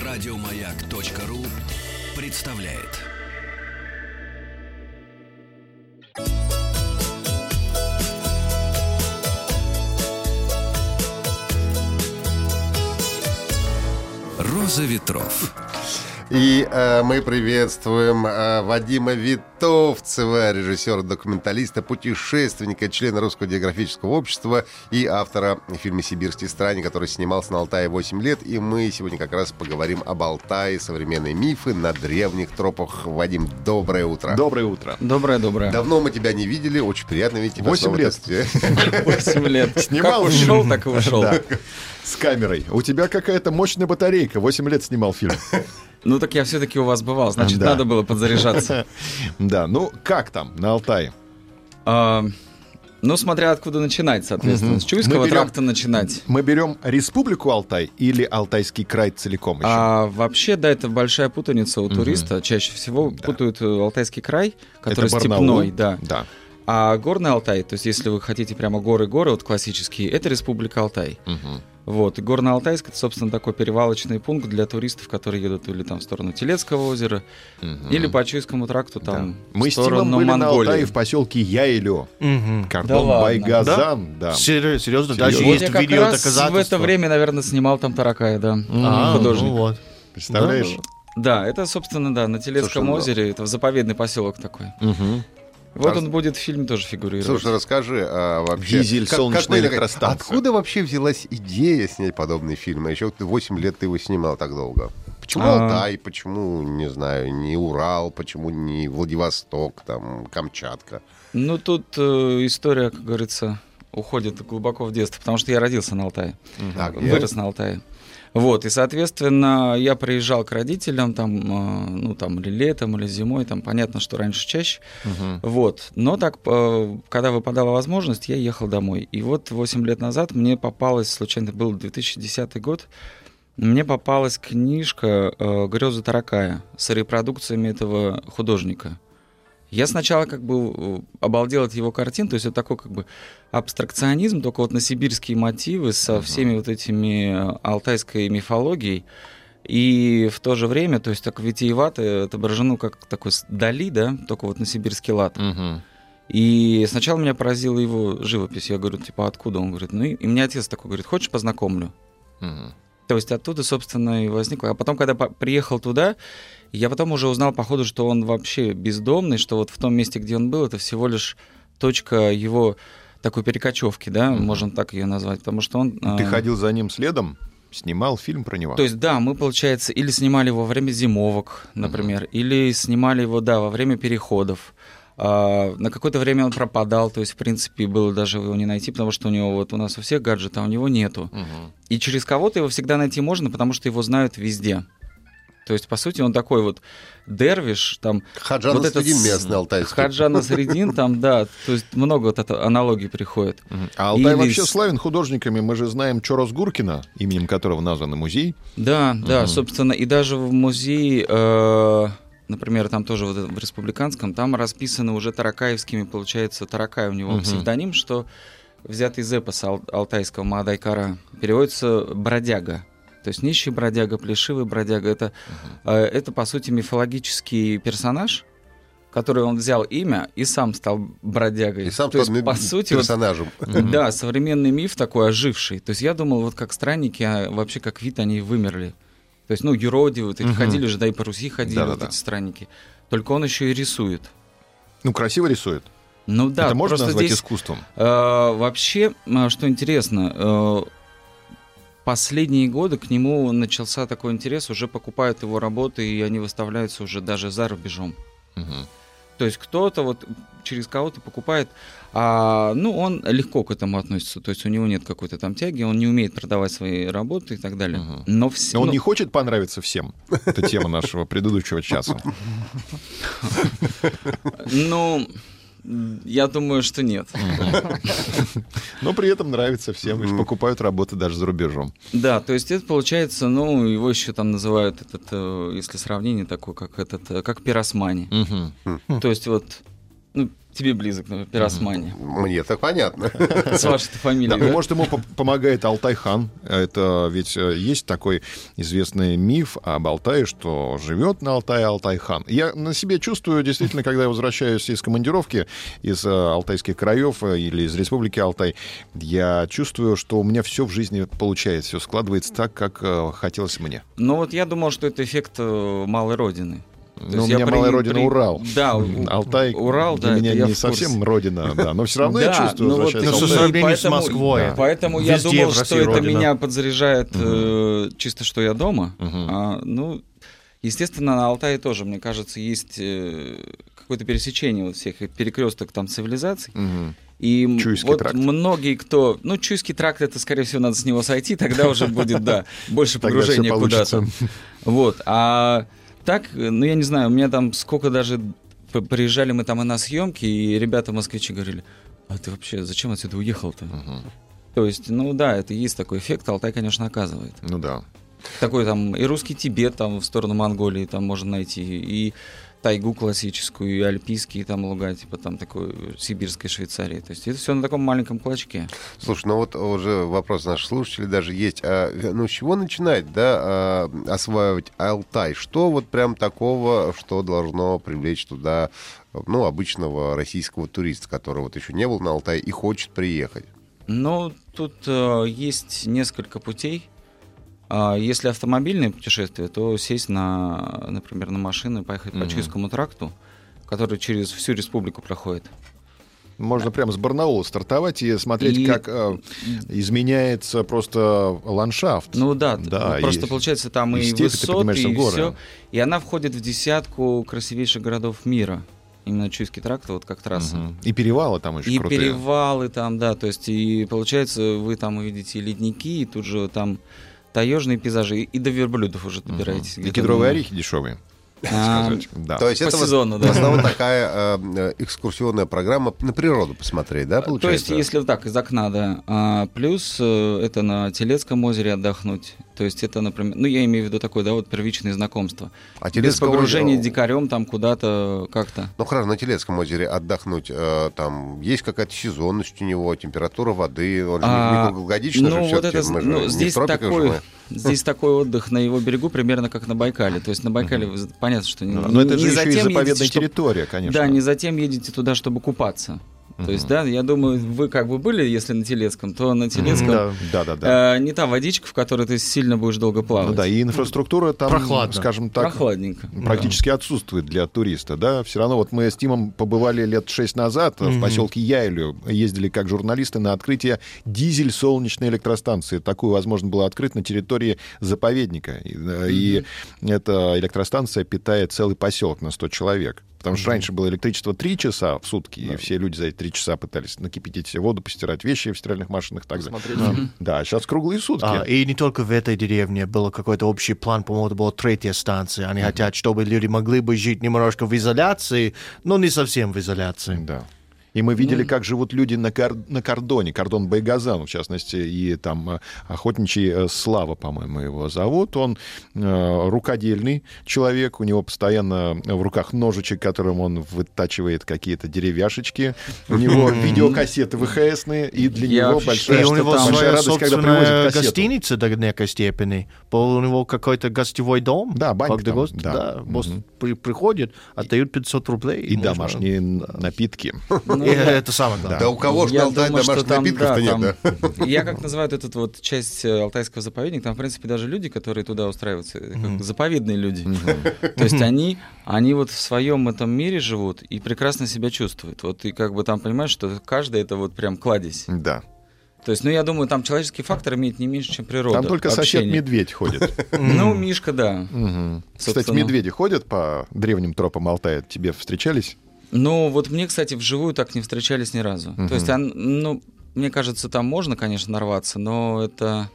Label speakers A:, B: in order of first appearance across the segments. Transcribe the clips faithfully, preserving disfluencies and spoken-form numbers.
A: Радиомаяк.ру представляет. Роза ветров.
B: И э, мы приветствуем э, Вадима Витовцева, режиссера-документалиста, путешественника, члена Русского географического общества и автора фильма «Сибирский странник», который снимался на Алтае восемь лет. И мы сегодня как раз поговорим об Алтае, современные мифы на древних тропах. Вадим, доброе утро.
C: Доброе утро.
D: Доброе-доброе.
B: Давно мы тебя не видели, очень приятно видеть тебя.
C: Восемь лет.
D: Восемь лет.
C: Снимал
D: как ушел, так и ушел.
C: Да. С камерой. У тебя какая-то мощная батарейка. Восемь лет снимал фильм.
D: Ну так я все-таки у вас бывал, значит,
C: Да.
D: надо было подзаряжаться.
C: Да, ну как там на Алтае?
D: А, ну, смотря откуда начинать, соответственно.
C: Мгм.
D: С Чуйского
C: Мы берем-
D: тракта начинать.
C: Мы берем республику Алтай или Алтайский край целиком еще?
D: А вообще, да, это большая путаница у
C: Мгм.
D: туриста. Чаще всего
C: Да.
D: путают э, Алтайский край, который
C: Это Барнаул?
D: степной, да.
C: Да.
D: А горный Алтай, то есть если вы хотите прямо горы-горы, вот классические, это Республика Алтай.
C: Мгм.
D: Вот, и Горно-Алтайск — это, собственно, такой перевалочный пункт для туристов, которые едут или там в сторону Телецкого озера,
C: Мгм.
D: или по Чуйскому тракту там
C: Да. Мы
D: в
C: с Тимом
D: сторону
C: были на
D: Монголии.
C: Алтае в поселке Яйлё.
E: Мгм.
D: Да
C: Кордон
D: ладно.
C: Байгазан. Да.
E: Серьезно, серьезно? Даже
D: Вот
E: есть
D: я как
E: видео
D: раз
E: доказательства.
D: в это время, наверное, снимал там Таракая, да,
E: А,
D: художник.
E: ну вот.
C: Представляешь?
D: Да, это, собственно, да, на Телецком
B: Слушай, ну-
D: озере, это заповедный поселок такой.
C: Мгм.
D: Вот
B: А-
D: он будет в фильме тоже фигурировать.
B: Слушай, расскажи, а вообще...
C: Дизель, солнечная
B: вы-
C: электростанция.
B: Откуда вообще взялась идея снять подобный фильм? А еще восемь лет ты его снимал так долго. Почему
D: А.
B: Алтай, почему, не знаю, не Урал, почему не Владивосток, там, Камчатка?
D: Ну, тут э, история, как говорится, уходит глубоко в детство, потому что я родился на Алтае,
B: А где?
D: вырос на Алтае. Вот, и, соответственно, я приезжал к родителям, там, э, ну, там, или летом, или зимой, там, понятно, что раньше чаще,
C: Мгм.
D: вот. Но так, э, когда выпадала возможность, я ехал домой. И вот восемь лет назад мне попалась, случайно, был две тысячи десятый год, мне попалась книжка э, «Грезы Таракая» с репродукциями этого художника. Я сначала как бы э, обалдел от его картин, то есть это такой как бы абстракционизм, только вот на сибирские мотивы со всеми вот этими э, алтайской мифологией. И в то же время, то есть так витиевато отображено как такой с- Дали, да, только вот на сибирский лад.
C: Мгм.
D: И сначала меня поразила его живопись. Я говорю, типа, откуда? Он говорит, ну и, и мне отец такой говорит, хочешь, познакомлю?
C: Мгм.
D: То есть оттуда, собственно, и возникло. А потом, когда по- приехал туда, я потом уже узнал, походу, что он вообще бездомный, что вот в том месте, где он был, это всего лишь точка его такой перекочевки, да,
C: Мгм.
D: можно так ее назвать, потому что он...
C: Ты
D: а,
C: ходил за ним следом, снимал фильм про него.
D: То есть, да, мы, получается, или снимали его во время зимовок, например, или снимали его, да, во время переходов. А, на какое-то время он пропадал, то есть, в принципе, было даже его не найти, потому что у него вот у нас у всех гаджеты, а у него нету.
C: Мгм.
D: И через кого-то его всегда найти можно, потому что его знают везде. То есть, по сути, он такой вот дервиш, там...
B: Хаджан
D: вот этот
B: Средин
D: с-
B: местный алтайский.
D: Хаджан Средин, там, да, то есть много вот это аналогий приходит.
C: Мгм. А Алтай
D: Или
C: вообще
D: с-
C: славен художниками. Мы же знаем Чорос Гуркина, именем которого назван и музей.
D: Да, да,
C: Мгм.
D: собственно, и даже в музее, э, например, там тоже вот в Республиканском, там расписаны уже таракаевскими, получается, Таракай у него
C: Мгм.
D: псевдоним, что взятый из эпоса ал- алтайского Маадай-Кара, переводится «бродяга». То есть нищий бродяга, плешивый бродяга. Это, э, это, по сути, мифологический персонаж, который он взял имя и сам стал бродягой.
B: И сам
D: То
B: стал
D: есть, по сути, вот,
B: персонажем.
D: да, современный миф такой оживший. То есть я думал, вот как странники, а вообще как вид они вымерли. То есть, ну, юродивые, вот эти
C: Мгм.
D: ходили же, да, и по Руси ходили,
C: Да-да-да.
D: вот эти странники. Только он еще и рисует.
C: Ну, красиво рисует.
D: Ну да,
C: Это можно
D: просто
C: назвать
D: здесь,
C: искусством?
D: э, вообще, э, что интересно, э, последние годы к нему начался такой интерес, уже покупают его работы, и они выставляются уже даже за рубежом.
C: Мгм.
D: То есть кто-то вот через кого-то покупает, а, ну, он легко к этому относится. То есть у него нет какой-то там тяги, он не умеет продавать свои работы и так далее.
C: Мгм.
D: Но все,
C: Но он
D: ну,
C: не хочет понравиться всем. Это тема нашего предыдущего часа.
D: ну, я думаю, что нет.
C: Но при этом нравится всем, и покупают работы даже за рубежом.
D: Да, то есть это получается, ну, его еще там называют, этот, э, если сравнение такое, как этот, э, как пиросмани.
C: Мгм.
D: То есть вот, ну, тебе близок, например, пиросмания.
B: Мне так понятно.
D: С вашей фамилией,
C: Да,
D: да?
C: ну, может, ему по- помогает Алтай-хан. Это ведь э, есть такой известный миф об Алтае, что живет на Алтае Алтай-хан. Я на себе чувствую, действительно, когда я возвращаюсь из командировки, из э, алтайских краев э, или из республики Алтай, я чувствую, что у меня все в жизни получается, все складывается так, как э, хотелось мне.
D: Ну вот я думал, что это эффект э, малой родины. То
C: Но у
D: есть я
C: меня
D: при-
C: малая родина
D: при-
C: Урал.
D: Да, у-
C: Алтай
D: Урал,
C: для
D: да,
C: меня
D: это я
C: не
D: в курсе.
C: совсем родина, да, но все равно я
D: Да,
C: чувствую,
D: ну вот,
C: возвращаясь
E: Ну,
C: в
E: со
C: Алтай.
E: сравнением с
D: поэтому-
E: Москвой.
C: да.
D: Поэтому я
E: Везде
D: думал,
E: в
D: что
E: России
D: это
E: родина.
D: меня подзаряжает э, чисто, что я дома.
C: Мгм.
D: А, ну, естественно, на Алтае тоже, мне кажется, есть э, какое-то пересечение вот всех перекресток там цивилизаций.
C: Мгм.
D: И м,
C: Чуйский
D: вот
C: тракт.
D: многие, кто... Ну, Чуйский тракт, это, скорее всего, надо с него сойти, тогда уже будет, да, больше
C: Тогда
D: погружения
C: всё получится.
D: куда-то. Вот, а так, ну, я не знаю, у меня там сколько даже... п- Приезжали мы там и на съемки, и ребята-москвичи говорили, а ты вообще зачем отсюда уехал-то?
C: Мгм.
D: То есть, ну да, это есть такой эффект, Алтай, конечно, оказывает.
C: Ну да.
D: Такой там и русский Тибет там в сторону Монголии там можно найти, и тайгу классическую, и альпийские там луга, типа там такой сибирской Швейцарии. То есть это все на таком маленьком клочке.
B: Слушай, ну вот уже вопрос наших слушателей даже есть. А, ну, с чего начинать, да, а, осваивать Алтай? Что вот прям такого, что должно привлечь туда, ну, обычного российского туриста, который вот еще не был на Алтае и хочет приехать?
D: Ну, тут э, есть несколько путей. А если автомобильные путешествия, то сесть на, например, на машину и поехать
C: Мгм.
D: по Чуйскому тракту, который через всю республику проходит.
C: Можно прямо с Барнаула стартовать и смотреть,
D: И-
C: как э, изменяется просто ландшафт.
D: Ну да,
C: Да,
D: ну, просто
C: и-
D: получается там
C: и
D: и,
C: степи, ты
D: высоты,
C: поднимаешься в
D: и
C: горы.
D: все. И она входит в десятку красивейших городов мира. Именно Чуйский тракт, вот как трасса.
C: Мгм. И перевалы там очень
D: И
C: крутые.
D: перевалы там, да, то есть и получается вы там увидите и ледники, и тут же там таежные пейзажи, и, и до верблюдов уже
C: Мгм.
D: добираетесь.
C: И
D: где-то
C: кедровые
D: на-
C: орехи дешевые.
D: А,
C: сказать. Да.
B: То есть
D: По
B: это вот
D: сезону,
B: в
D: да.
B: основном такая э, экскурсионная программа на природу посмотреть, да,
D: То есть,
B: получается?
D: если вот так, из окна, да. А, плюс э, это на Телецком озере отдохнуть. То есть это, например, ну я имею в виду такое, да, вот первичные знакомства.
B: А
D: Без
B: Телецкое
D: погружения
B: озеро-
D: дикарем там куда-то как-то.
B: Ну хорошо, на Телецком озере отдохнуть, э, там есть какая-то сезонность у него, температура воды, он же не-
D: А,
B: не круглогодично же
D: ну, вот
B: всё-таки,
D: это,
B: мы же
D: ну,
B: не в
D: здесь,
B: тропиках
D: такой,
B: же мы.
D: здесь такой отдых на его берегу примерно как на Байкале. То есть на Байкале вы- понятно, что не,
C: Да, но это
D: не
C: же еще и
D: затем
C: заповедная
D: едете, чтоб-
C: территория, конечно.
D: Да, не затем едете туда, чтобы купаться. То есть, да, я думаю, вы как бы были, если на Телецком, то на Телецком
E: Да.
C: Да, да, да.
D: э, не та водичка, в которой ты сильно будешь долго плавать.
C: Ну да, и инфраструктура там,
E: Прохладно.
C: скажем так,
D: Прохладненько.
C: практически отсутствует для туриста, да. Все равно вот мы с Тимом побывали лет шесть назад в поселке Яйлю, ездили как журналисты на открытие дизель-солнечной электростанции. Такую возможно было открыть на территории заповедника. И, э, и эта электростанция питает целый поселок на сто человек. Потому что раньше было электричество три часа в сутки, и все люди за эти три часа пытались накипятить себе воду, постирать вещи в стиральных машинах и так далее. Да, а сейчас круглые сутки.
E: А, и не только в этой деревне был какой-то общий план, по-моему, это была третья станция. Они хотят, чтобы люди могли бы жить немножко в изоляции, но не совсем в изоляции.
C: Да. И мы видели, как живут люди на, кор- на кордоне, кордон Байгазан, в частности, и там э, охотничий э, Слава, по-моему, его зовут. Он э, рукодельный человек, у него постоянно в руках ножичек, которым он вытачивает какие-то деревяшечки. У него видеокассеты ВХСные, и для
D: Я
C: него
D: вообще
C: большая,
E: И у
D: что
E: него
D: там
C: большая
E: своя
C: радость, когда
E: собственная
C: привозят кассету.
E: гостиница до некой степени. Был у него какой-то гостевой дом.
C: Да, банька
E: Когда
C: там,
E: гость,
C: да.
E: да,
C: Мгм.
E: гость при- приходит, отдают пятьсот рублей.
C: И
E: можно-
C: домашние н- напитки.
D: Ну,
E: И
D: да.
E: это самое главное.
B: Да у кого же на
D: Я
B: Алтае
D: думаю, что
B: домашних
D: там,
B: напитков-то
D: да,
B: нет, да?
D: там- Я как называют эту вот часть э, Алтайского заповедника, там, в принципе, даже люди, которые туда устраиваются, э, как заповедные люди. То есть они, они вот в своем этом мире живут и прекрасно себя чувствуют. Вот и как бы там понимаешь, что каждый это вот прям кладезь.
C: Да.
D: То есть, ну, я думаю, там человеческий фактор имеет не меньше, чем природа.
C: Там только
D: общение.
C: сосед-медведь ходит.
D: Ну, Мишка, да.
C: Мгм. Кстати,
D: Собственно.
C: медведи ходят по древним тропам Алтая? Тебе встречались?
D: Ну, вот мне, кстати, вживую так не встречались ни разу.
C: Мгм.
D: То есть, он, ну, мне кажется, там можно, конечно, нарваться, но это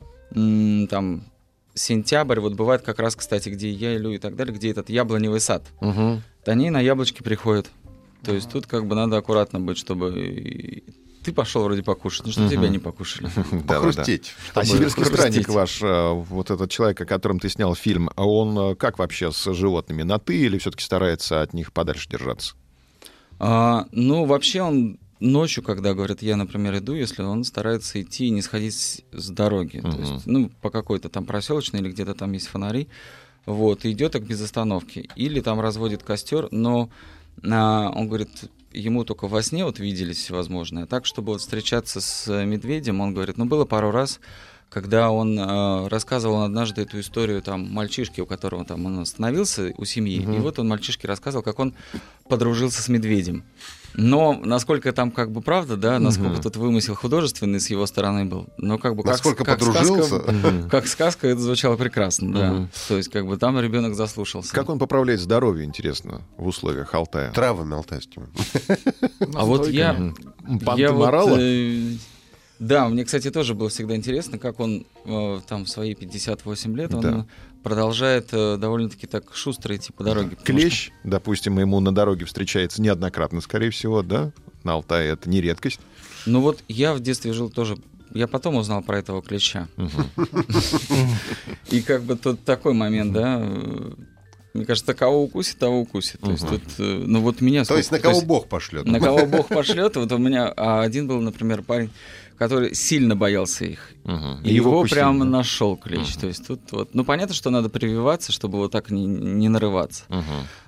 D: м, там сентябрь, вот бывает как раз, кстати, где я илю и так далее, где этот яблоневый сад.
C: Угу.
D: Они на яблочки приходят. То есть тут как бы надо аккуратно быть, чтобы и ты пошел вроде покушать, ну что тебя не покушали.
B: Похрустеть.
C: А
B: чтобы
C: сибирский
B: хрустеть.
C: странник ваш, э, вот этот человек, о котором ты снял фильм, а он э, как вообще с животными? На «ты» или все-таки старается от них подальше держаться?
D: А, ну, вообще он ночью, когда, говорят, я, например, иду, если он старается идти и не сходить с, с дороги. Uh-huh. То есть, ну, по какой-то там проселочной или где-то там есть фонари. Вот, и идет так без остановки. Или там разводит костер, но а, он говорит, ему только во сне вот виделись всевозможные. А так, чтобы вот встречаться с медведем, он говорит, ну, было пару раз, когда он э, рассказывал однажды эту историю там мальчишки, у которого там он остановился у семьи, uh-huh. и вот он мальчишке рассказывал, как он подружился с медведем. Но насколько там как бы правда, да, насколько uh-huh. тут вымысел художественный с его стороны был, но как бы
B: насколько
D: как,
B: подружился,
D: как сказка, uh-huh. как сказка, это звучало прекрасно, да. Uh-huh. То есть как бы там ребенок заслушался.
C: Как он поправляет здоровье, интересно, в условиях Алтая?
B: Травами алтайскими.
D: А вот я, я вот, э, да, мне, кстати, тоже было всегда интересно, как он э, там в свои пятьдесят восемь лет, он да. продолжает э, довольно-таки так шустро идти по дороге.
C: Клещ,
D: что...
C: допустим, ему на дороге встречается неоднократно, скорее всего, да? На Алтае это не редкость.
D: Ну вот я в детстве жил тоже... Я потом узнал про этого клеща. И как бы тут такой момент, да... Мне кажется, кого укусит, того укусит. То есть тут, ну вот меня...
B: То есть на кого Бог пошлет.
D: На кого Бог пошлет. Вот у меня один был, например, парень, который сильно боялся их. Uh-huh. И его, его прямо нашел клещ. Uh-huh. То есть тут вот, ну понятно, что надо прививаться, чтобы вот так не, не нарываться. Uh-huh.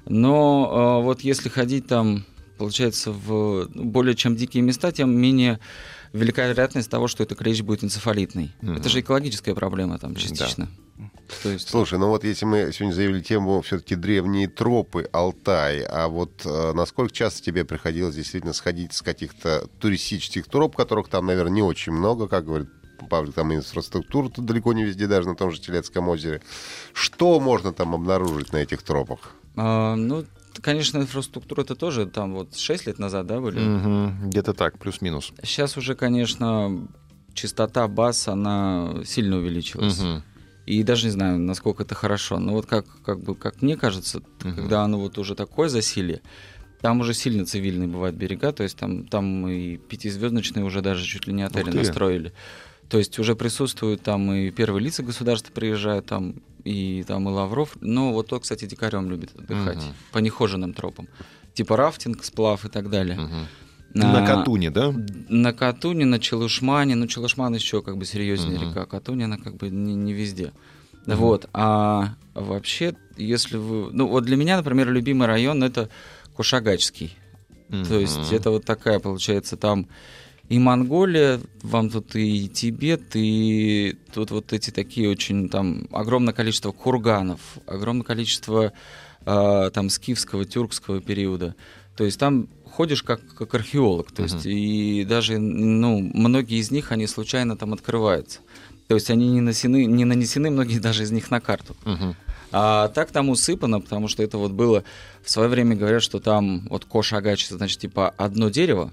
D: Но э, вот если ходить там, получается, в более чем дикие места, тем менее велика вероятность того, что это клещ будет энцефалитный. Uh-huh. Это же экологическая проблема там частично. Да. То есть...
B: Слушай, ну вот если мы сегодня заявили тему все-таки древние тропы Алтай, а вот э, насколько часто тебе приходилось действительно сходить с каких-то туристических троп, которых там, наверное, не очень много, как говорит Павлик, там инфраструктура тут далеко не везде, даже на том же Телецком озере. Что можно там обнаружить на этих тропах?
D: А, ну, конечно, инфраструктура это тоже там вот шесть лет назад, да, были?
C: Угу, где-то так, плюс-минус.
D: Сейчас уже, конечно, частота баз, она сильно увеличилась. Угу. И даже не знаю, насколько это хорошо. Но вот как, как, бы, как мне кажется, uh-huh. когда оно вот уже такое засилье, там уже сильно цивильные бывают берега, то есть там, там и пятизвездочные уже даже чуть ли не отели настроили. То есть уже присутствуют там и первые лица государства приезжают, там и, там и Лавров. Но вот то, кстати, дикарем любит отдыхать uh-huh. по нехоженным тропам. Типа рафтинг, сплав и так далее. Uh-huh.
C: На, на Катуне, да?
D: На Катуне, на Челушмане. Ну, Челушман еще как бы серьезнее uh-huh. река. Катуне, она как бы не, не везде. Uh-huh. Вот. А вообще, если вы... Ну, вот для меня, например, любимый район — это Кушагачский. Uh-huh. То есть это вот такая, получается, там и Монголия, вам тут и Тибет, и тут вот эти такие очень... Там огромное количество курганов, огромное количество э, там скифского, тюркского периода. То есть там ходишь как, как археолог, то есть, uh-huh. и даже, ну, многие из них, они случайно там открываются. То есть они не нанесены, не нанесены многие даже из них на карту. Uh-huh. А так там усыпано, потому что это вот было... В свое время говорят, что там вот Кош-Агач, значит, типа одно дерево,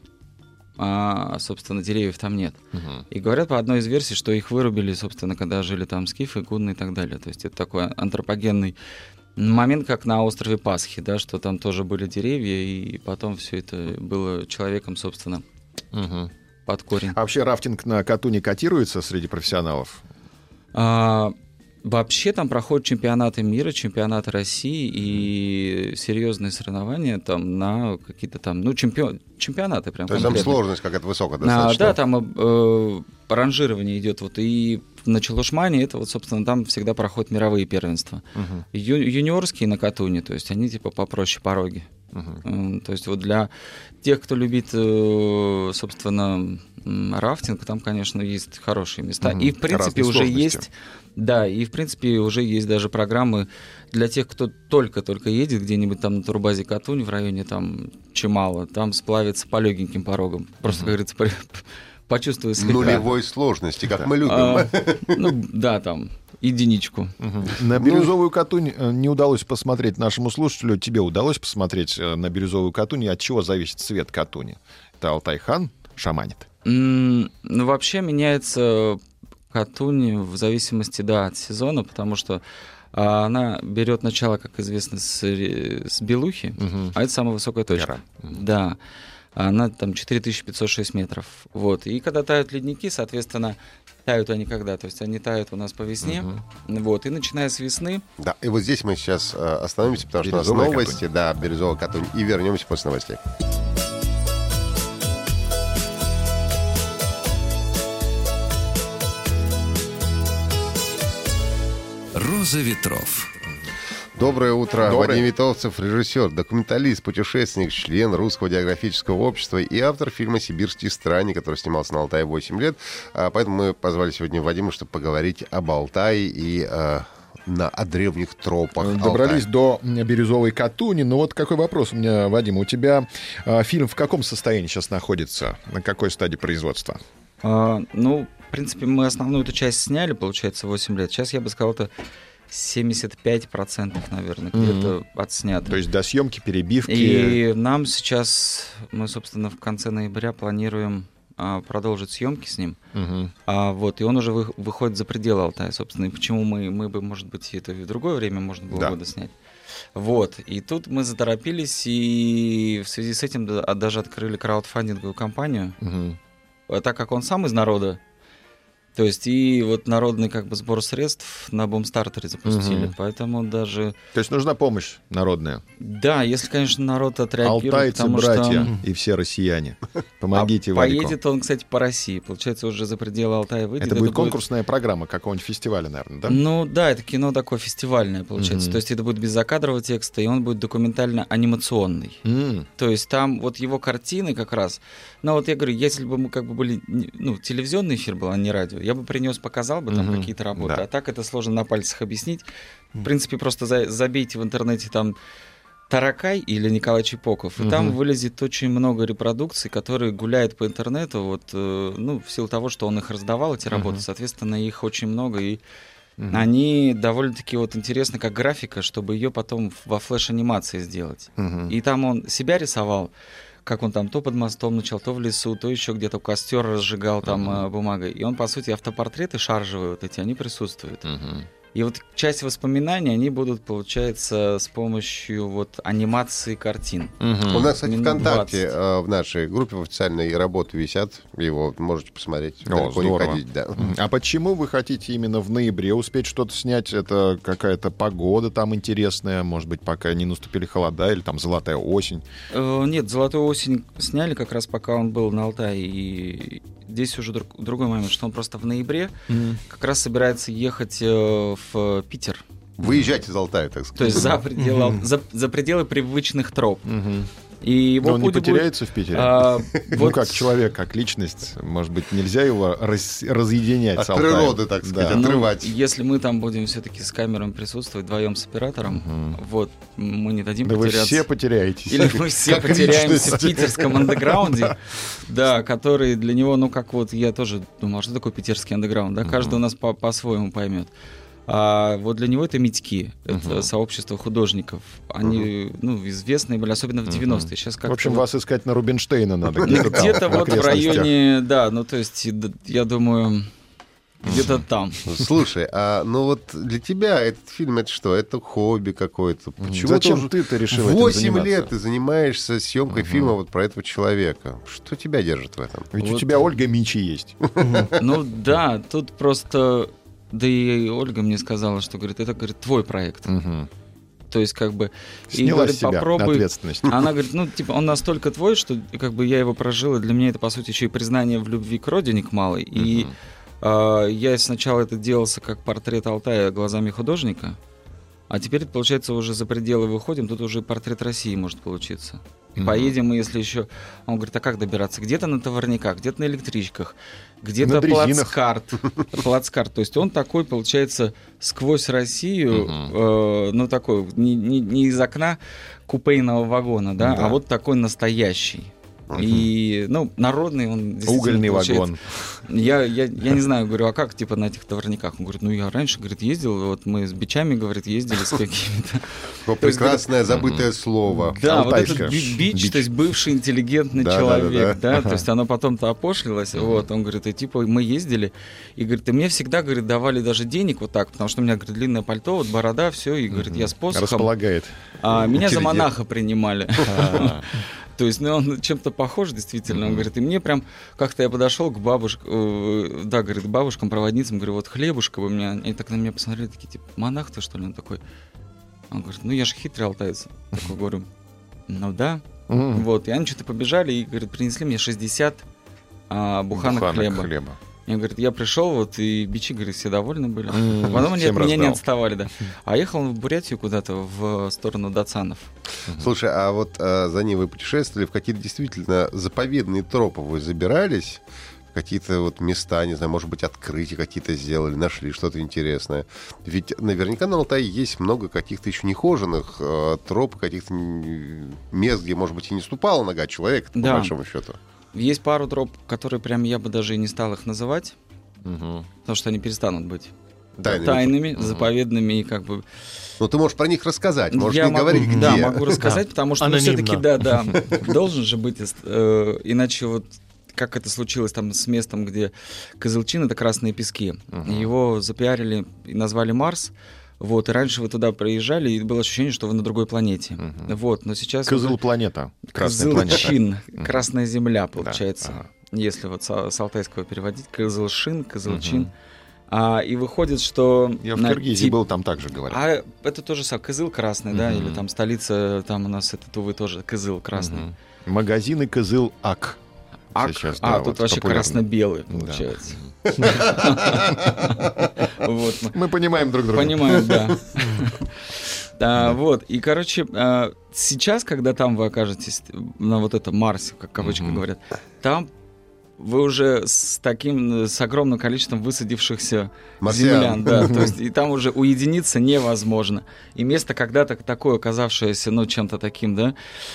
D: а, собственно, деревьев там нет. Uh-huh. И говорят по одной из версий, что их вырубили, собственно, когда жили там скифы, гунны и так далее. То есть это такой антропогенный момент, как на острове Пасхи, да, что там тоже были деревья, и потом все это было человеком, собственно, угу. под корень.
C: А вообще рафтинг на Катуне котируется среди профессионалов?
D: А, вообще там проходят чемпионаты мира, чемпионаты России и серьезные соревнования там на какие-то там, ну, чемпион, чемпионаты прям.
B: То есть там сложность какая-то высокая достаточно?
D: А, да, там э, ранжирование идет, вот, и на Челушмане это вот, собственно, там всегда проходят мировые первенства. Uh-huh. Ю- юниорские на Катуне, то есть они типа попроще пороги. Uh-huh. То есть вот для тех, кто любит, собственно, рафтинг, там, конечно, есть хорошие места. Uh-huh. И, в принципе, уже есть... Да, и, в принципе, уже есть даже программы для тех, кто только-только едет где-нибудь там на турбазе Катунь в районе там Чемала, там сплавиться по легеньким порогам. Просто, uh-huh. как говорится, почувствовать слегка.
B: Нулевой сложности, как да. мы любим.
D: А, ну, да, там, единичку.
C: Угу. На Бирюзовую Катунь не удалось посмотреть нашему слушателю. Тебе удалось посмотреть на Бирюзовую Катунь? От чего зависит цвет Катуни? Это Алтай-хан шаманит?
D: Mm, ну, вообще меняется Катунь в зависимости, да, от сезона, потому что а, она берет начало, как известно, с, с Белухи, угу. а это самая высокая точка. Угу. Да. Она там четыре тысячи пятьсот шесть метров. Вот. И когда тают ледники, соответственно, тают они когда? То есть они тают у нас по весне. Uh-huh. Вот. И начиная с весны...
B: Да, и вот здесь мы сейчас остановимся, потому что у нас новости. Катунь. Да, Бирюзовая Катунь. И вернемся после новостей.
A: Роза ветров.
B: Доброе утро.
C: Доброе.
B: Вадим Витовцев, режиссер, документалист, путешественник, член Русского географического общества и автор фильма «Сибирский странник», который снимался на Алтае восемь лет. А, поэтому мы позвали сегодня Вадима, чтобы поговорить об Алтае и а, на, о древних тропах
C: Добрались
B: Алтая.
C: до Бирюзовой Катуни. Ну вот какой вопрос у меня, Вадим. У тебя а, фильм в каком состоянии сейчас находится? На какой стадии производства?
D: А, ну, в принципе, мы основную эту часть сняли, получается, восемь лет. Сейчас я бы сказал, это семьдесят пять процентов, наверное, где-то отснято.
C: То есть до съемки, перебивки.
D: И нам сейчас, мы, собственно, в конце ноября планируем а, продолжить съемки с ним.
C: Мгм.
D: А, вот, и он уже вы- выходит за пределы Алтая, собственно. И почему мы, мы бы, может быть, это и в другое время можно было
C: Да.
D: года снять. Вот, и тут мы заторопились, и в связи с этим да- даже открыли краудфандинговую кампанию.
C: Мгм.
D: А так как он сам из народа, то есть и вот народный как бы сбор средств на бумстартере запустили,
C: Мгм.
D: поэтому даже...
C: То есть нужна помощь народная.
D: Да, если, конечно, народ отреагирует,
C: Алтайцы,
D: потому
C: братья
D: что...
C: и все россияне. Помогите
D: А
C: Вадику.
D: поедет он, кстати, по России. Получается, уже за пределы Алтая выйдет.
C: Это будет конкурсная программа какого-нибудь фестиваля, наверное, да?
D: Ну да, это кино такое фестивальное, получается.
C: Мгм.
D: То есть это будет без закадрового текста, и он будет документально-анимационный.
C: М.
D: То есть там вот его картины как раз... Ну вот я говорю, если бы мы как бы были... не- Ну, телевизионный эфир был, а не радио, я бы принес, показал бы там
C: Мгм.
D: какие-то работы.
C: Да.
D: А так это сложно на пальцах объяснить. В принципе, просто за- забейте в интернете там Таракай или Николай Чепоков, и там
C: Мгм.
D: вылезет очень много репродукций, которые гуляют по интернету, вот, э, ну, в силу того, что он их раздавал, эти работы,
C: Мгм.
D: соответственно, их очень много, и
C: Мгм.
D: они довольно-таки вот интересны как графика, чтобы ее потом во флеш-анимации сделать.
C: Мгм.
D: И там он себя рисовал, как он там то под мостом начал, то в лесу, то еще где-то костер разжигал там
C: Мгм.
D: э, бумагой. И он, по сути, автопортреты шаржевые вот эти, они присутствуют.
C: Мгм.
D: И вот часть воспоминаний, они будут, получается, с помощью вот анимации картин.
C: Мгм.
B: У нас, кстати,
D: Минут
B: ВКонтакте
D: двадцать.
B: э, в нашей группе в официальной работы висят. Его можете посмотреть.
C: О,
B: Далеко не
C: здорово.
B: ходить, да.
C: А почему вы хотите именно в ноябре успеть что-то снять? Это какая-то погода там интересная, может быть, пока не наступили холода, или там золотая осень?
D: Э, Нет, «Золотую осень» сняли как раз пока он был на Алтае. И здесь уже друг- другой момент, что он просто в ноябре как раз собирается ехать э, в Питер.
B: Выезжать из Алтая, так
D: То
B: сказать.
D: есть за пределы, Ал- за, за пределы привычных троп.
C: Мгм.
D: И его
C: Но он не
D: путь будет,
C: потеряется в Питере?
D: а,
C: Ну,
D: вот-
C: как человек, как личность, может быть, нельзя его раз- разъединять
B: От
C: с Алтаем?
B: природы, так сказать,
C: Да.
B: от-
D: Ну,
B: отрывать.
D: если мы там будем все-таки с камерами присутствовать вдвоем с оператором,
C: Мгм.
D: вот мы не дадим
C: Да вы
D: потеряться.
C: все потеряетесь.
D: Или мы все
B: Как
D: потеряемся
B: личность.
D: в питерском андеграунде, да, который для него, ну как вот я тоже думал, что такое питерский андеграунд, да, каждый у нас по- по-своему поймет. А вот для него это Митьки, это
C: Мгм.
D: сообщество художников. Они, ну, известные были, особенно в девяностые. Сейчас как
C: В общем, вас искать на Рубинштейна надо.
D: ну,
C: Где-то там,
D: где-то
C: в
D: вот в
C: окрестностях.
D: районе, да, ну то есть, и д- я думаю, где-то там.
B: Слушай, а ну вот для тебя этот фильм это что? Это хобби какое-то? Почему
C: Зачем
B: ты
C: ты-то решил этим
B: восемь
C: заниматься?
B: лет ты занимаешься съемкой фильма вот про этого человека? Что тебя держит в этом?
C: Ведь у
D: Вот.
C: тебя Ольга Мичи есть.
D: Ну да, тут просто... Да и Ольга мне сказала, что, говорит, это, говорит, твой проект.
C: Мгм.
D: То есть, как бы... И,
C: Сняла
D: говорит,
C: с себя
D: попробуй...
C: ответственность.
D: Она говорит, ну, типа, он настолько твой, что, как бы, я его прожил, и для меня это, по сути, еще и признание в любви к родине, к малой. И
C: Мгм.
D: а, я сначала это делался как портрет Алтая глазами художника, а теперь, получается, уже за пределы выходим, тут уже портрет России может получиться. И
C: Мгм.
D: поедем мы, если еще... Он говорит, а как добираться? Где-то на товарниках, где-то на электричках, где-то
C: На дрезинах.
D: плацкарт. Плацкарт. То есть он такой, получается, сквозь Россию,
C: Мгм.
D: э, ну такой, не, не- не из окна купейного вагона, да,
C: Да.
D: а вот такой настоящий. И, ну, народный он действительно
C: Угольный
D: получается.
C: вагон.
D: Я, я, я не знаю, говорю, а как, типа, на этих товарниках? Он говорит, ну, я раньше, говорит, ездил, вот мы с бичами, говорит, ездили с какими-то.
B: Какое
D: То есть,
B: прекрасное забытое слово.
D: Да, вот
C: Алтайская.
D: этот би- бич,
C: Бич.
D: то есть бывший интеллигентный
B: Да, да,
D: человек,
B: да,
D: да, то есть оно потом-то опошлилось, вот, он говорит, и типа мы ездили, и говорит, и мне всегда, говорит, давали даже денег вот так, потому что у меня, говорит, длинное пальто, вот борода, все, и, говорит, я с посохом,
C: Располагает.
D: а меня за
B: Интеллигент.
D: монаха принимали.
C: А.
D: То есть, ну, он чем-то похож, действительно. Он говорит, и мне прям как-то я подошел к бабушке, э, да, говорит, к бабушкам-проводницам, говорю, вот хлебушка вы мне, они так на меня посмотрели, такие, типа, монах ты, что ли? Он такой, он говорит, ну, я же хитрый алтаец. Такой говорю, ну, да.
C: М.
D: Вот, и они что-то побежали и, говорит, принесли мне шестьдесят а, буханок,
C: Буханок
D: хлеба.
C: хлеба.
D: Я, говорит, я пришел, вот, и бичи, говорит, все довольны были.
C: Mm,
D: Потом они от меня не
C: раздал.
D: отставали, да. А ехал он в Бурятию куда-то, в сторону Дацанов.
B: Слушай, а вот а, за ним вы путешествовали, в какие-то действительно заповедные тропы вы забирались? Какие-то вот места, не знаю, может быть, открытия какие-то сделали, нашли что-то интересное. Ведь наверняка на Алтае есть много каких-то еще нехоженных э, троп, каких-то м- мест, где, может быть, и не ступала нога человека,
D: Да.
B: по большому счету.
D: Есть пару троп, которые прям я бы даже и не стал их называть,
C: Мгм.
D: потому что они перестанут быть
B: Тайными.
D: тайными,
C: Мгм.
D: заповедными и как бы...
B: Ну, ты можешь про них рассказать, можешь
D: я
B: не
D: могу,
B: говорить, где.
D: Да, могу рассказать, потому что ну,
E: Анонимно.
D: все-таки, да, да, должен же быть, э, иначе вот как это случилось там с местом, где Кызылчин — это Красные Пески.
C: Мгм.
D: Его запиарили и назвали Марс. Вот, и раньше вы туда приезжали, и было ощущение, что вы на другой планете.
C: Мгм.
D: Вот, но сейчас...
C: Кызыл
D: уже
C: планета. Красная планета.
D: Кызылчин,
C: Мгм.
D: Красная Земля, получается.
C: ага.
D: Если вот с, с алтайского переводить, Кызылшин, Кызылчин.
C: Мгм.
D: А, и выходит, что...
C: Я в
D: на
C: Киргизии
D: тип-
C: был, там также говорят.
D: А это тоже самое, Кызыл красный, да,
C: Мгм.
D: или там столица, там у нас это Тувы тоже, Кызыл красный.
C: Мгм. Магазины Кызыл Ак.
D: Ак,
C: Сейчас,
D: а,
C: да,
D: тут
C: вот
D: вообще
C: популярно.
D: красно-белый,
C: Да.
D: получается. Вот, мы
C: Мы понимаем друг друга.
D: понимаем, да. Да, вот, и, короче, а, сейчас, когда там вы окажетесь на вот этом Марсе, как кавычки
C: Мгм.
D: говорят, там вы уже с таким, с огромным количеством высадившихся
B: Марсиан.
D: землян, да, то есть и там уже уединиться невозможно. И место когда-то такое, оказавшееся, ну, чем-то таким, да,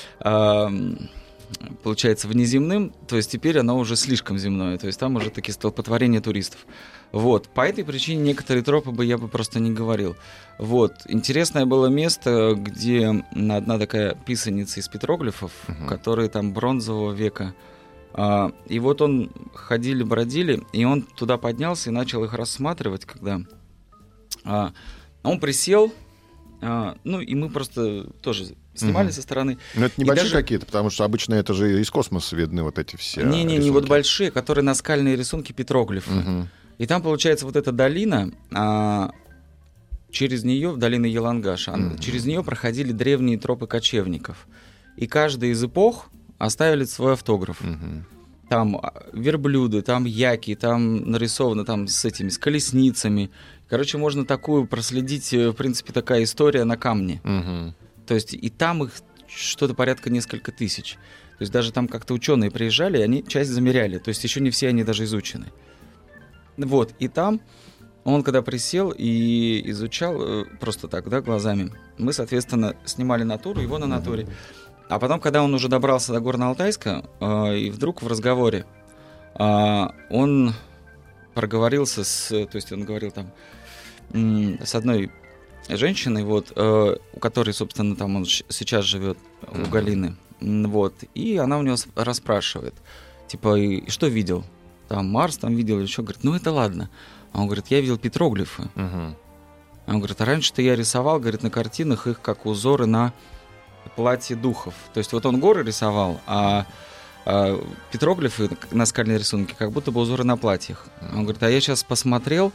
D: ам, получается, внеземным, то есть теперь оно уже слишком земное, то есть там уже такие столпотворения туристов. Вот, по этой причине некоторые тропы бы я бы просто не говорил. Вот, интересное было место, где одна такая писаница из петроглифов,
C: Мгм.
D: которые там бронзового века. А, и вот он ходили-бродили, и он туда поднялся и начал их рассматривать, когда а, он присел, а, ну и мы просто тоже снимали
C: Мгм.
D: со стороны.
C: Но это небольшие
D: даже-
C: какие-то, потому что обычно это же из космоса видны вот эти все
D: Не-не, не
C: рисунки.
D: вот большие, которые наскальные рисунки петроглифы.
C: Мгм.
D: И там, получается, вот эта долина, а, через нее, долина Елангаш, а,
C: Мгм.
D: через нее проходили древние тропы кочевников. И каждая из эпох оставили свой автограф.
C: Мгм.
D: Там а, верблюды, там яки, там нарисовано там с этими, с колесницами. Короче, можно такую проследить, э, в принципе, такая история на камне.
C: Мгм.
D: То есть и там их что-то порядка несколько тысяч. То есть даже там как-то ученые приезжали, и они часть замеряли. То есть еще не все они даже изучены. Вот, и там он, когда присел и изучал э, просто так, да, глазами, мы, соответственно, снимали натуру, его на натуре. А потом, когда он уже добрался до Горно-Алтайска, э, и вдруг в разговоре э, он проговорился с... То есть он говорил там м, с одной женщиной, вот, э, у которой, собственно, там он щ- сейчас живет, у
C: Мгм.
D: Галины. М, Вот, и она у него с- расспрашивает, типа, и, и что видел? Там Марс там видел или что? Говорит, ну это ладно. А он говорит, я видел петроглифы.
C: Мгм.
D: А он говорит, а раньше-то я рисовал, говорит, на картинах их как узоры на платье духов. То есть вот он горы рисовал, а, а петроглифы, наскальные рисунки, как будто бы узоры на платьях. Он говорит, а я сейчас посмотрел,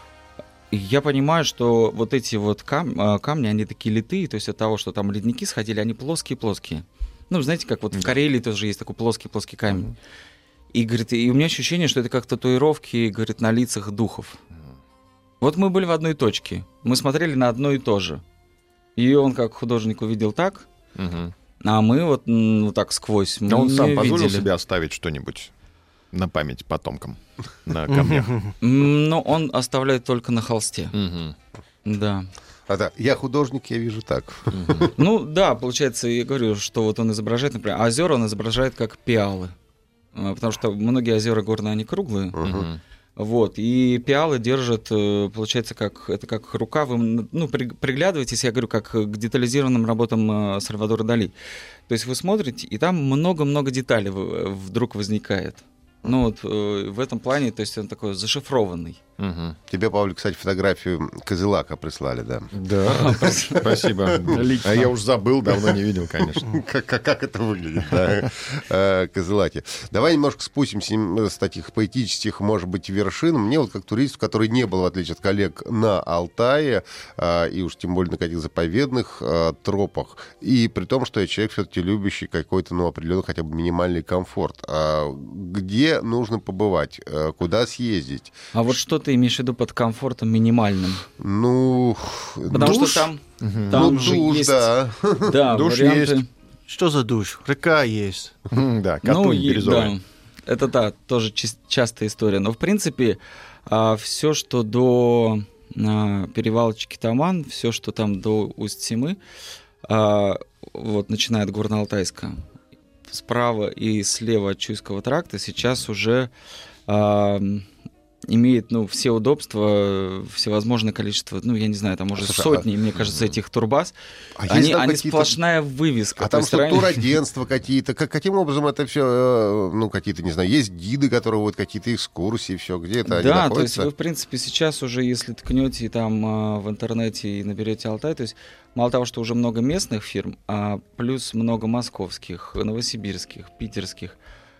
D: и я понимаю, что вот эти вот кам- а, камни, они такие литые, то есть от того, что там ледники сходили, они плоские-плоские. Ну, знаете, как вот в Карелии тоже есть такой плоский-плоский камень. И, говорит, и у меня ощущение, что это как татуировки, говорит, на лицах духов. Вот мы были в одной точке, мы смотрели на одно и то же. И он как художник увидел так,
C: Мгм.
D: а мы вот, м, вот так сквозь.
C: А он
D: мы
C: сам позволил
D: видели.
C: себе оставить что-нибудь на память потомкам на камнях?
D: М, Но он оставляет только на холсте.
C: Мгм.
D: Да.
B: А да, я художник, я вижу так.
C: Мгм.
D: Ну да, получается, я говорю, что вот он изображает, например, озера он изображает как пиалы. А, Потому что многие озера горные, они круглые.
C: Мгм.
D: Вот, и пиалы держат, э, получается, как это как рука, вы, ну, при- приглядывайтесь, я говорю, как к детализированным работам э, Сальвадора Дали. То есть вы смотрите, и там много-много деталей в- вдруг возникает. Ну вот э, в этом плане, то есть он такой зашифрованный.
C: Мгм.
B: Тебе, Павлик, кстати, фотографию Козелака прислали, да?
C: Да, спасибо. А я уж забыл, давно не видел, конечно.
B: Как, как, как это выглядит, да, э, Козелаки. Давай немножко спустимся с таких поэтических, может быть, вершин. Мне вот как туристу, который не был, в отличие от коллег, на Алтае, э, и уж тем более на каких-то заповедных э, тропах, и при том, что я человек все-таки любящий какой-то, ну, определенный хотя бы минимальный комфорт. А где нужно побывать? Э, Куда съездить?
D: А вот что ты имеешь в виду под комфортом минимальным?
B: Ну,
D: Потому
B: душ?
D: что там,
B: Ну,
D: там же
B: душ,
D: есть,
B: да.
D: да,
C: Душ
D: варианты.
C: есть.
E: Что за душ? Река есть.
C: М, Да,
D: Ну,
C: Катунь
D: и-
C: бирюзовая.
D: да, это да, тоже чис- частая история. Но в принципе все, что до а, перевалочки Таман, все, что там до Усть-Симы, а, вот начиная от Горно-Алтайска, справа и слева от Чуйского тракта, сейчас уже а, имеет, ну, все удобства, всевозможное количество, ну, я не знаю, там уже
B: Слушай,
D: сотни, мне кажется, этих турбаз.
B: А есть
D: Они,
B: там
D: они
B: какие-то-
D: сплошная вывеска.
B: А
D: То
B: там
D: есть
B: что,
D: ранее-
B: турагентства какие-то? Как, каким образом это все, ну, какие-то, не знаю, есть гиды, которые вот какие-то экскурсии, все, где это они
D: Да, то есть
B: находятся?
D: вы, в принципе, сейчас уже, если ткнете там а, в интернете и наберете Алтай, то есть мало того, что уже много местных фирм, а плюс много московских, новосибирских, питерских.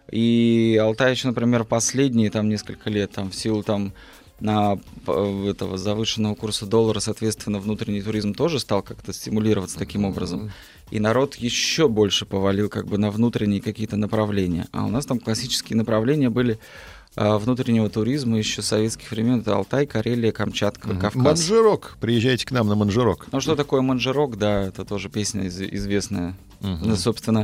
D: И Алтай еще, например, последние там несколько лет, там в силу там на п- этого завышенного курса доллара, соответственно, внутренний туризм тоже стал как-то стимулироваться таким образом. И народ еще больше повалил как бы на внутренние какие-то направления. А у нас там классические направления были а, внутреннего туризма еще с советских времен. Это Алтай, Карелия, Камчатка, Кавказ.
C: Манжерок. Приезжайте к нам на Манжерок.
D: Ну, что такое манжерок, да, это тоже песня из- известная.
C: Мгм.
D: Ну, собственно,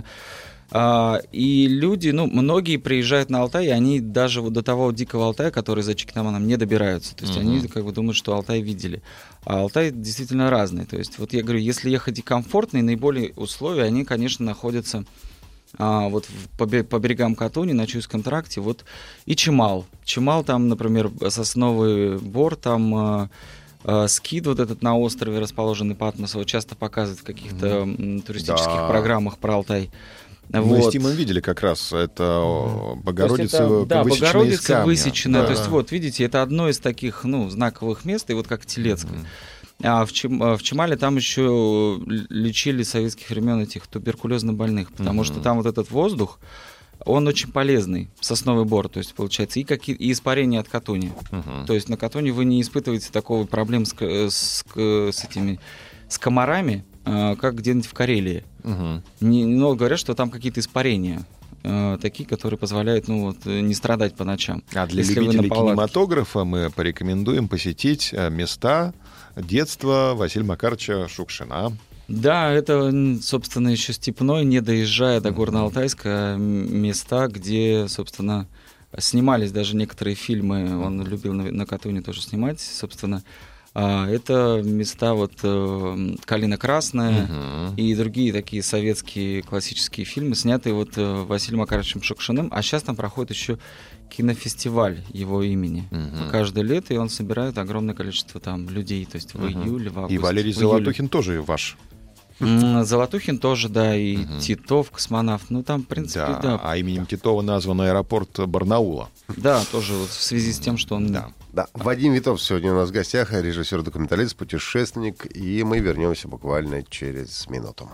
D: а, и люди, ну, многие приезжают на Алтай, и они даже вот до того дикого Алтая, который за Чикнаманом, не добираются. То есть
C: Мгм.
D: они как бы думают, что Алтай видели. А Алтай действительно разный. То есть вот я говорю, если ехать и комфортные, наиболее условия, они, конечно, находятся а, вот в- по, бе- по берегам Катуни, на Чуйском тракте, вот и Чимал. Чимал там, например, Сосновый Бор, там а, а, скид вот этот на острове, расположенный Патмосово, часто показывают в каких-то м, туристических
B: Да.
D: программах про Алтай.
C: Мы
D: Вот.
C: с Тимом видели как раз это о,
D: То есть
C: Богородица,
D: это, да,
C: высеченная из
D: Богородица
C: камня.
D: высеченная.
C: Да.
D: То есть вот, видите, это одно из таких, ну, знаковых мест, и вот как Телецк.
C: Мгм.
D: А в, Чим- а в Чимале там еще лечили с советских времен этих туберкулезно больных, потому что там вот этот воздух, он очень полезный, сосновый бор, то есть получается, и, какие, и испарение от Катуни.
C: Мгм.
D: То есть на Катуни вы не испытываете такого проблем с, к- с, к- с этими с комарами, а, как где-нибудь в Карелии.
C: Мгм.
D: Не, но говорят, что там какие-то испарения э, такие, которые позволяют, ну вот, э, не страдать по ночам.
C: А для
D: Если вы на
C: любителей
D: палатке.
C: кинематографа мы порекомендуем посетить э, места детства Василия Макаровича Шукшина.
D: Да, это, м, собственно, еще степной, не доезжая до Горно-Алтайска, м, места, где, собственно, снимались даже некоторые фильмы. Он любил на, на Катуни тоже снимать, собственно. А, это места вот э, «Калина красная»
C: Мгм.
D: и другие такие советские классические фильмы, снятые вот э, Василием Макаровичем Шукшиным. А сейчас там проходит еще кинофестиваль его имени.
C: Мгм.
D: Каждое лето, и он собирает огромное количество там людей, то есть в
C: Мгм.
D: июле, в августе.
C: И Валерий
D: в июле.
C: Золотухин тоже ваш.
D: М, Золотухин тоже, да, и
C: Мгм.
D: Титов, космонавт. Ну, там, в принципе,
C: Да.
D: да.
C: А именем Титова назван аэропорт Барнаула.
D: Да, тоже вот в связи с тем, что он...
C: Да.
B: Да, Вадим Витов сегодня у нас в гостях, режиссер-документалист, путешественник, и мы вернемся буквально через минуту.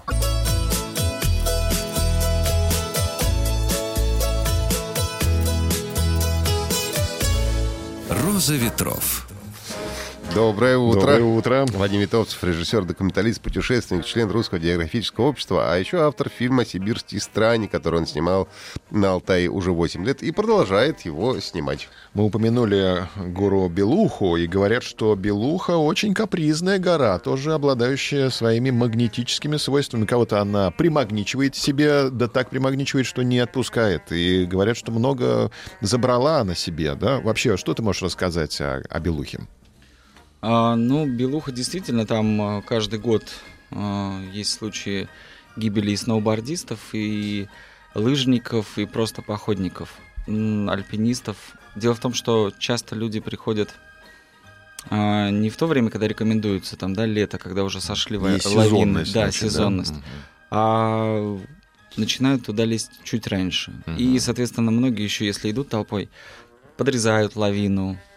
A: «Роза ветров».
B: Доброе утро.
C: Доброе утро.
B: Вадим Витовцев, режиссер, документалист, путешественник, член Русского географического общества, а еще автор фильма «Сибирские страни», который он снимал на Алтае уже восемь лет и продолжает его снимать.
C: Мы упомянули гору Белуху, и говорят, что Белуха очень капризная гора, тоже обладающая своими магнетическими свойствами. Кого-то она примагничивает себе, да так примагничивает, что не отпускает. И говорят, что много забрала на себе, да? Вообще, что ты можешь рассказать о, о Белухе?
D: А, ну, Белуха действительно, там а, каждый год а, есть случаи гибели и сноубордистов, и лыжников, и просто походников, м, альпинистов. Дело в том, что часто люди приходят а, не в то время, когда рекомендуется, там, да, лето, когда уже сошли ва-
C: Есть
D: лавины.
C: сезонность.
D: Да,
C: значит,
D: сезонность.
C: Мгм.
D: А начинают туда лезть чуть раньше.
C: Мгм.
D: И, соответственно, многие еще, если идут толпой, подрезают лавину,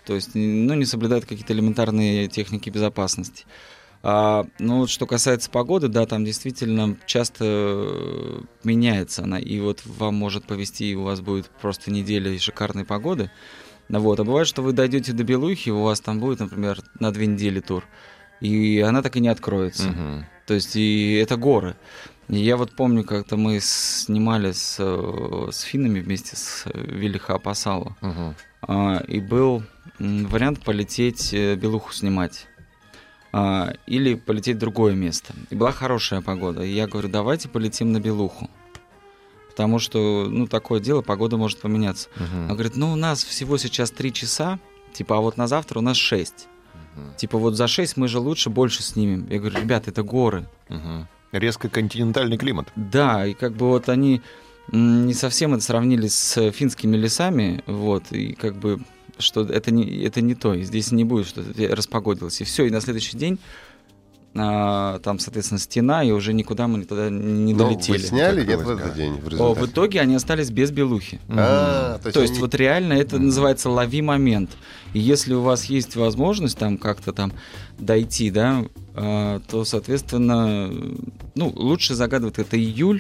D: То есть, ну, не соблюдают какие-то элементарные техники безопасности. А, ну, вот что касается погоды, да, там действительно часто меняется она. И вот вам может повезти, и у вас будет просто неделя шикарной погоды. Вот. А бывает, что вы дойдете до Белухи, у вас там будет, например, на две недели тур, и она так и не откроется. Uh-huh. То есть, и это горы. И я вот помню, как-то мы снимали с, с финнами вместе с Вилиха-Апасало. Uh-huh. А, и был вариант полететь Белуху снимать. А, или полететь в другое место. И была хорошая погода. И я говорю, давайте полетим на Белуху. Потому что, ну, такое дело, погода может поменяться. Uh-huh. Она говорит, ну, у нас всего сейчас три часа, типа, а вот на завтра у нас шесть. Uh-huh. Типа, вот за шесть мы же лучше больше снимем. Я говорю, ребят, это горы.
C: Uh-huh. Резко континентальный климат.
D: Да, и как бы вот они не совсем это сравнили с финскими лесами, вот, и как бы, что это не, это не то, и здесь не будет, что распогодилось. И все, и на следующий день а, там, соответственно, стена, и уже никуда мы туда не
B: Но
D: долетели.
B: Вы сняли, нет, в этот день? В,
D: О, в итоге они остались без Белухи.
B: А, то есть,
D: то есть
B: они...
D: вот реально это mm-hmm. называется «лови момент». И если у вас есть возможность там как-то там дойти, да, а, то, соответственно, ну, лучше загадывать это июль,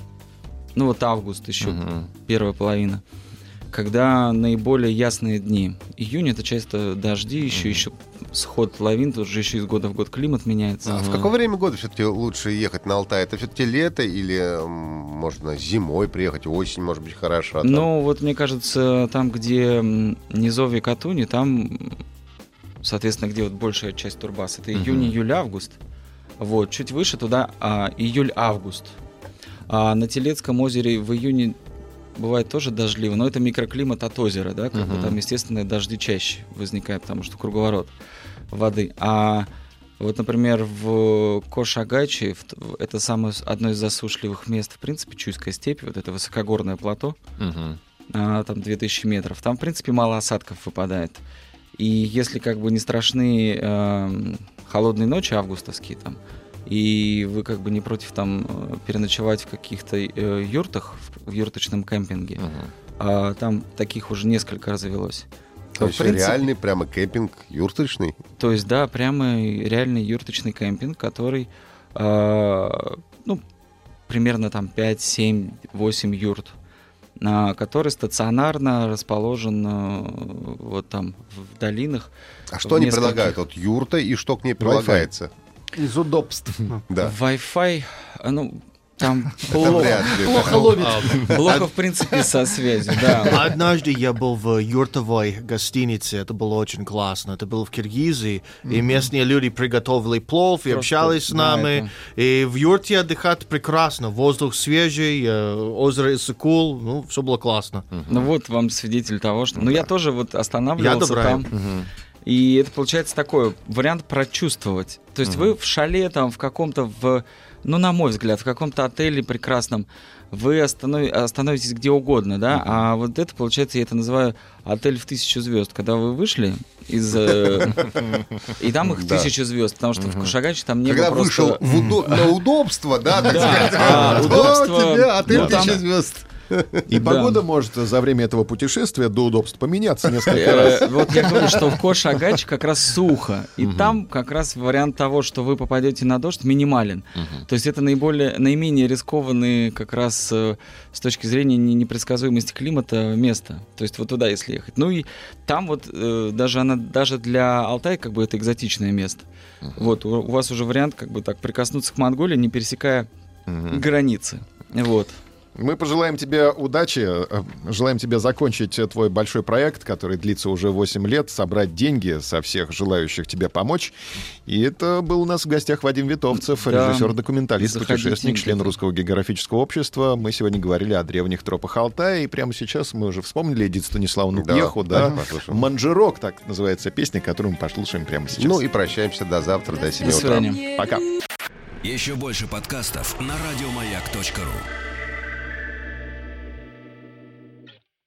D: ну вот август еще, mm-hmm. первая половина, когда наиболее ясные дни. Июнь — это часто дожди, еще, mm-hmm. еще сход лавин, тут же еще из года в год климат меняется.
B: А mm-hmm. в какое время года все-таки лучше ехать на Алтай? Это все-таки лето или можно зимой приехать, осень, может быть, хорошо? А
D: ну, вот мне кажется, там, где низовье Катуни, там, соответственно, где вот большая часть турбаз, это mm-hmm. июнь, июль, август. Вот, чуть выше туда а, июль-август. А на Телецком озере в июне бывает тоже дождливо, но это микроклимат от озера, да, как uh-huh. бы там, естественно, дожди чаще возникают, потому что круговорот воды. А вот, например, в Кош-Агачи, это самое, одно из засушливых мест, в принципе, Чуйская степь, вот это высокогорное плато, uh-huh. а, там две тысячи метров, там, в принципе, мало осадков выпадает. И если как бы не страшны э, холодные ночи августовские там, и вы как бы не против там переночевать в каких-то э, юртах, в, в юрточном кемпинге, uh-huh. а там таких уже несколько развелось.
B: То есть принципе, реальный прямо кемпинг юрточный?
D: То есть, да, прямо реальный юрточный кемпинг, который, э, ну, примерно там пять, семь, восемь юрт, э, который стационарно расположен э, вот там в долинах.
B: А что они нескольких... предлагают? Вот юрта, и что к ней прилагается?
E: Из удобств.
B: Да.
D: Wi-Fi, ну, там плохо,
E: плохо ловит.
D: Плохо, в принципе, со связью, да.
E: Однажды я был в юртовой гостинице, это было очень классно. Это было в Киргизии, mm-hmm. и местные люди приготовили плов и Просто, общались с нами. Да, и в юрте отдыхать прекрасно, воздух свежий, озеро Иссык-Куль, ну, все было классно.
D: Mm-hmm. Ну вот вам свидетель того, что... Ну я тоже вот останавливался там. Mm-hmm. И это получается такой вариант прочувствовать. То есть uh-huh. вы в шале, там, в каком-то, в, ну, на мой взгляд, в каком-то отеле прекрасном, вы останов... остановитесь где угодно, да, uh-huh. а вот это, получается, я это называю отель в тысячу звезд. Когда вы вышли из... И там их тысяча звезд, потому что в Кош-Агачи там не было просто...
B: Когда вышел на удобство, да, так
D: сказать, удобство...
B: Отель тысяча звезд.
C: И да. погода может за время этого путешествия до удобств поменяться несколько раз.
D: Вот я говорю, что в Кош-Агачи как раз сухо. И там как раз вариант того, что вы попадете на дождь, минимален. То есть это наиболее, наименее рискованные как раз с точки зрения непредсказуемости климата место. То есть вот туда, если ехать. Ну и там вот даже, она, даже для Алтая как бы это экзотичное место. Вот у вас уже вариант как бы так прикоснуться к Монголии, не пересекая границы. Вот.
C: Мы пожелаем тебе удачи, желаем тебе закончить твой большой проект, который длится уже восемь лет, собрать деньги со всех желающих тебе помочь. И это был у нас в гостях Вадим Витовцев, да. режиссер-документалист, путешественник, член Русского географического общества. Мы сегодня говорили о древних тропах Алтая, и прямо сейчас мы уже вспомнили Эдит Станиславовну да, Пьеху, да, «Манжирок», так называется песня, которую мы послушаем прямо сейчас.
B: Ну и прощаемся до завтра, до семи утра.
D: Пока.
A: Еще больше подкастов на радиомаяк точка ру.